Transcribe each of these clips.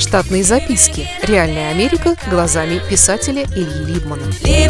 Штатные записки. Реальная Америка глазами писателя Ильи Либмана.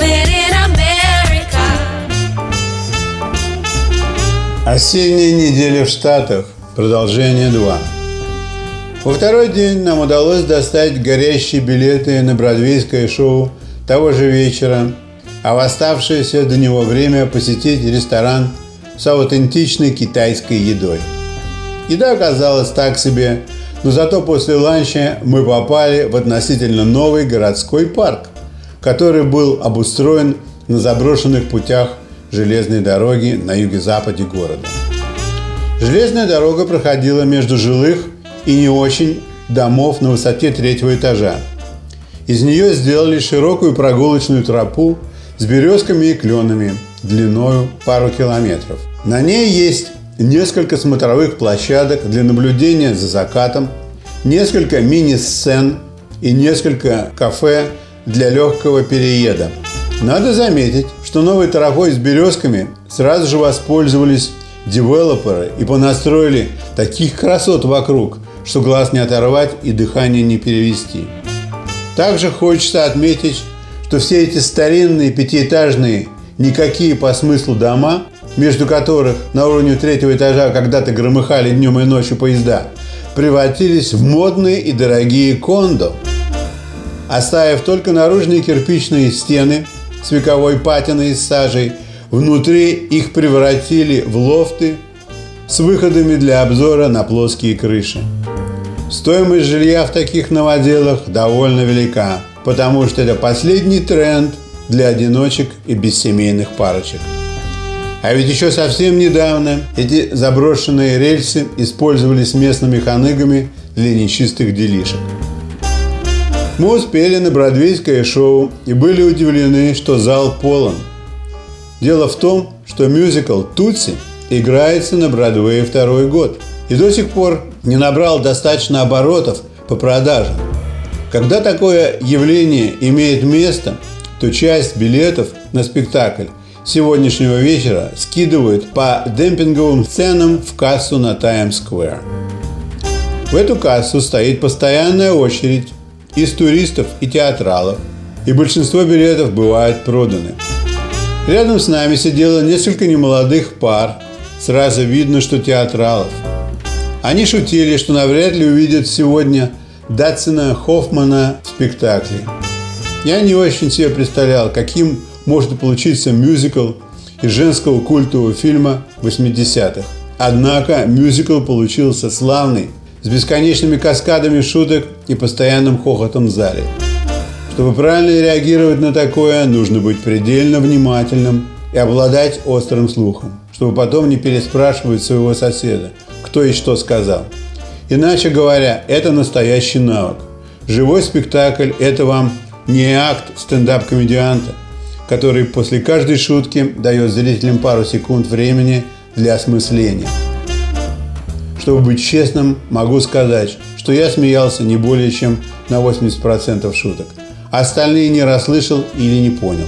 Осенняя неделя в Штатах. Продолжение 2. Во второй день нам удалось достать горящие билеты на бродвейское шоу того же вечера, а в оставшееся до него время посетить ресторан с аутентичной китайской едой. Еда оказалась так себе, но зато после ланча мы попали в относительно новый городской парк, который был обустроен на заброшенных путях железной дороги на юго-западе города. Железная дорога проходила между жилых и не очень домов на высоте 3-го этажа. Из нее сделали широкую прогулочную тропу с березками и кленами длиною пару километров. На ней есть несколько смотровых площадок для наблюдения за закатом, несколько мини-сцен и несколько кафе для легкого переезда. Надо заметить, что новой тропой с березками сразу же воспользовались девелоперы и понастроили таких красот вокруг, что глаз не оторвать и дыхание не перевести. Также хочется отметить, что все эти старинные пятиэтажные, никакие по смыслу дома, между которых на уровне 3-го этажа когда-то громыхали днем и ночью поезда, превратились в модные и дорогие кондо. Оставив только наружные кирпичные стены с вековой патиной из сажей, внутри их превратили в лофты с выходами для обзора на плоские крыши. Стоимость жилья в таких новоделах довольно велика, потому что это последний тренд для одиночек и бессемейных парочек. А ведь еще совсем недавно эти заброшенные рельсы использовались местными ханыгами для нечистых делишек. Мы успели на бродвейское шоу и были удивлены, что зал полон. Дело в том, что мюзикл «Тутси» играется на Бродвее второй год и до сих пор не набрал достаточно оборотов по продажам. Когда такое явление имеет место, то часть билетов на спектакль сегодняшнего вечера скидывают по демпинговым ценам в кассу на Таймс-сквер. В эту кассу стоит постоянная очередь из туристов и театралов, и большинство билетов бывают проданы. Рядом с нами сидело несколько немолодых пар, сразу видно, что театралов. Они шутили, что навряд ли увидят сегодня Дастина Хоффмана в спектакле. Я не очень себе представлял, каким может получиться мюзикл из женского культового фильма 80-х. Однако мюзикл получился славный, с бесконечными каскадами шуток и постоянным хохотом в зале. Чтобы правильно реагировать на такое, нужно быть предельно внимательным и обладать острым слухом, чтобы потом не переспрашивать своего соседа, кто и что сказал. Иначе говоря, это настоящий навык. Живой спектакль – это вам не акт стендап-комедианта, который после каждой шутки дает зрителям пару секунд времени для осмысления. Чтобы быть честным, могу сказать, что я смеялся не более чем на 80% шуток. Остальные не расслышал или не понял.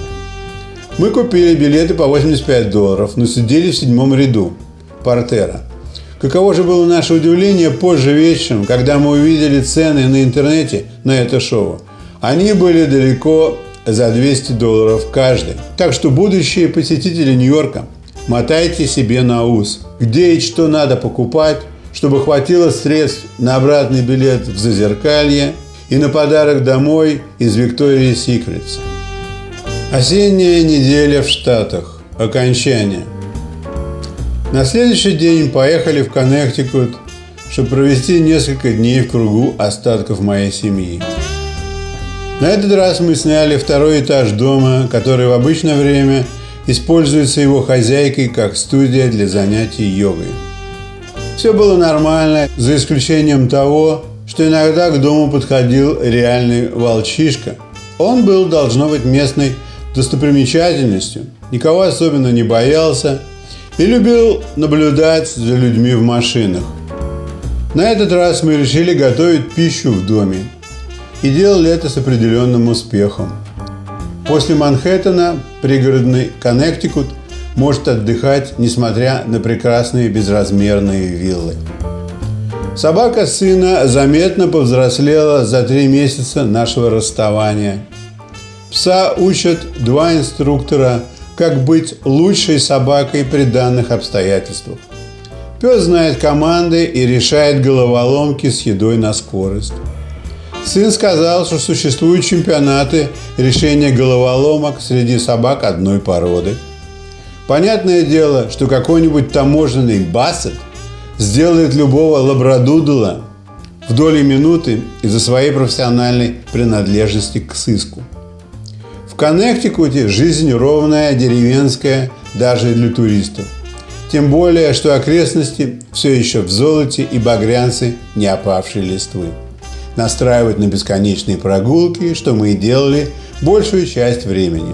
Мы купили билеты по $85, но сидели в 7-м ряду портера. Каково же было наше удивление позже вечером, когда мы увидели цены на интернете на это шоу. Они были далеко за $200 каждый. Так что будущие посетители Нью-Йорка, мотайте себе на ус, где и что надо покупать, чтобы хватило средств на обратный билет в Зазеркалье и на подарок домой из Victoria's Secret. Осенняя неделя в Штатах. Окончание. На следующий день поехали в Коннектикут, чтобы провести несколько дней в кругу остатков моей семьи. На этот раз мы сняли 2-й этаж дома, который в обычное время используется его хозяйкой как студия для занятий йогой. Все было нормально, за исключением того, что иногда к дому подходил реальный волчишка. Он был, должно быть, местной достопримечательностью, никого особенно не боялся и любил наблюдать за людьми в машинах. На этот раз мы решили готовить пищу в доме и делали это с определенным успехом. После Манхэттена пригородный Коннектикут может отдыхать, несмотря на прекрасные безразмерные виллы. Собака сына заметно повзрослела за 3 месяца нашего расставания. Пса учат 2 инструктора, как быть лучшей собакой при данных обстоятельствах. Пес знает команды и решает головоломки с едой на скорость. Сын сказал, что существуют чемпионаты решения головоломок среди собак одной породы. Понятное дело, что какой-нибудь таможенный бассет сделает любого лабрадудла в доли минуты из-за своей профессиональной принадлежности к сыску. В Коннектикуте жизнь ровная, деревенская, даже для туристов. Тем более, что окрестности все еще в золоте и багрянцы не опавшей листвы. Настраивать на бесконечные прогулки, что мы и делали большую часть времени.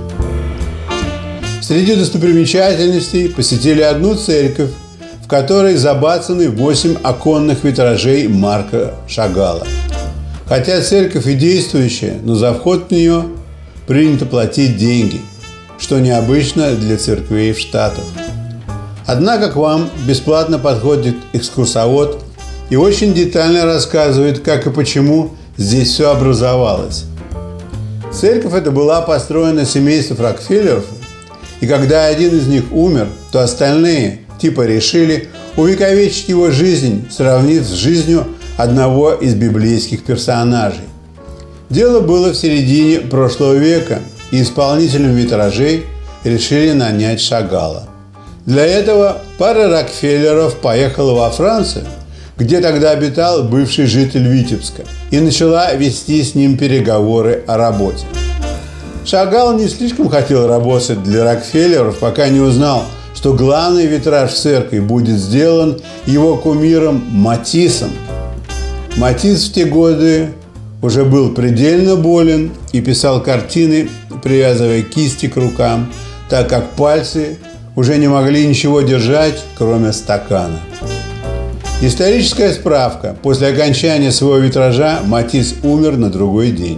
Среди достопримечательностей посетили одну церковь, в которой забацаны 8 оконных витражей Марка Шагала. Хотя церковь и действующая, но за вход в нее принято платить деньги, что необычно для церквей в Штатах. Однако к вам бесплатно подходит экскурсовод и очень детально рассказывает, как и почему здесь все образовалось. Церковь эта была построена семейством Рокфеллеров, и когда один из них умер, то остальные типа решили увековечить его жизнь, сравнив с жизнью одного из библейских персонажей. Дело было в середине прошлого века, и исполнителем витражей решили нанять Шагала. Для этого пара Рокфеллеров поехала во Францию, где тогда обитал бывший житель Витебска, и начала вести с ним переговоры о работе. Шагал не слишком хотел работать для Рокфеллеров, пока не узнал, что главный витраж в церкви будет сделан его кумиром Матиссом. Матисс в те годы уже был предельно болен и писал картины, привязывая кисти к рукам, так как пальцы уже не могли ничего держать, кроме стакана. Историческая справка. После окончания своего витража Матисс умер на другой день.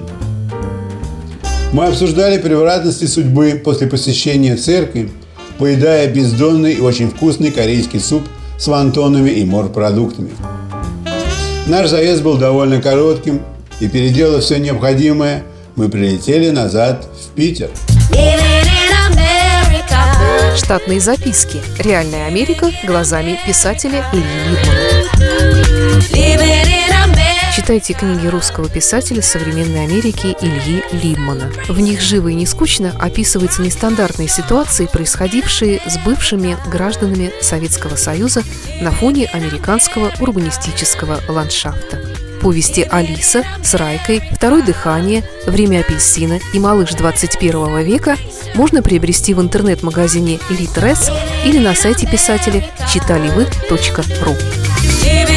Мы обсуждали превратности судьбы после посещения церкви, поедая бездонный и очень вкусный корейский суп с вонтонами и морепродуктами. Наш заезд был довольно коротким, и, переделав все необходимое, мы прилетели назад в Питер. Штатные записки. Реальная Америка глазами писателя Ильи Либмана. Читайте книги русского писателя современной Америки Ильи Либмана. В них живо и не скучно описываются нестандартные ситуации, происходившие с бывшими гражданами Советского Союза на фоне американского урбанистического ландшафта. Повести «Алиса» с Райкой, «Второе дыхание», «Время апельсина» и «Малыш 21 века» можно приобрести в интернет-магазине Литрес или на сайте писателя читаливы.ру.